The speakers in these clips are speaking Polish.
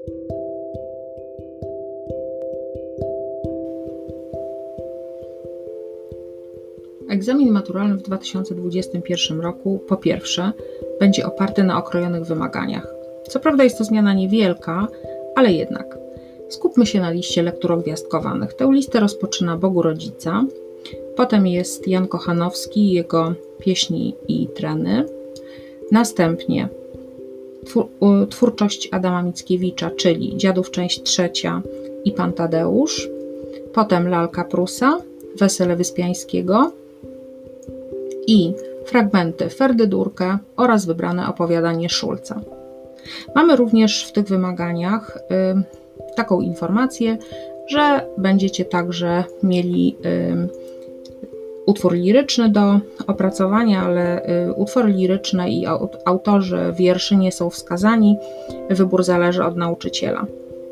Egzamin maturalny w 2021 roku po pierwsze będzie oparty na okrojonych wymaganiach. Co prawda jest to zmiana niewielka, ale jednak. Skupmy się na liście lektur gwiazdkowanych. Tę listę rozpoczyna Bogu Rodzica, potem jest Jan Kochanowski i jego Pieśni i treny, następnie twórczość Adama Mickiewicza, czyli Dziadów część 3 i Pan Tadeusz, potem Lalka Prusa, Wesele Wyspiańskiego i fragmenty Ferdy Durkę oraz wybrane opowiadanie Szulca. Mamy również w tych wymaganiach taką informację, że będziecie także mieli utwór liryczny do opracowania, ale utwory liryczne i autorzy wierszy nie są wskazani. Wybór zależy od nauczyciela.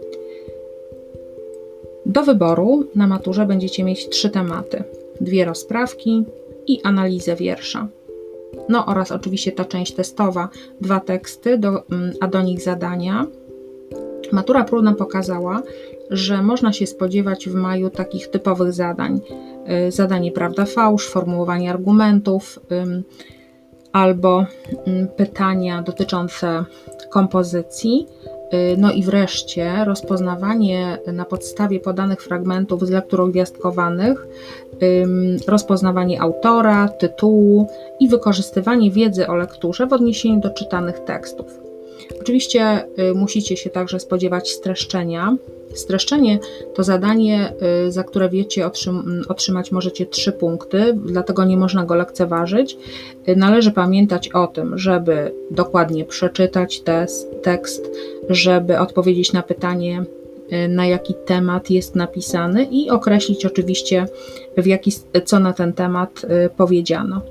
Do wyboru na maturze będziecie mieć 3 tematy, 2 rozprawki i analizę wiersza. No oraz oczywiście ta część testowa, 2 teksty, a do nich zadania. Matura próbna pokazała, że można się spodziewać w maju takich typowych zadań. Zadanie prawda-fałsz, formułowanie argumentów albo pytania dotyczące kompozycji. No i wreszcie rozpoznawanie na podstawie podanych fragmentów z lektur gwiazdkowanych, rozpoznawanie autora, tytułu i wykorzystywanie wiedzy o lekturze w odniesieniu do czytanych tekstów. Oczywiście musicie się także spodziewać streszczenia. Streszczenie to zadanie, za które wiecie, otrzymać możecie 3 punkty, dlatego nie można go lekceważyć. Należy pamiętać o tym, żeby dokładnie przeczytać tekst, żeby odpowiedzieć na pytanie, na jaki temat jest napisany i określić oczywiście, co na ten temat powiedziano.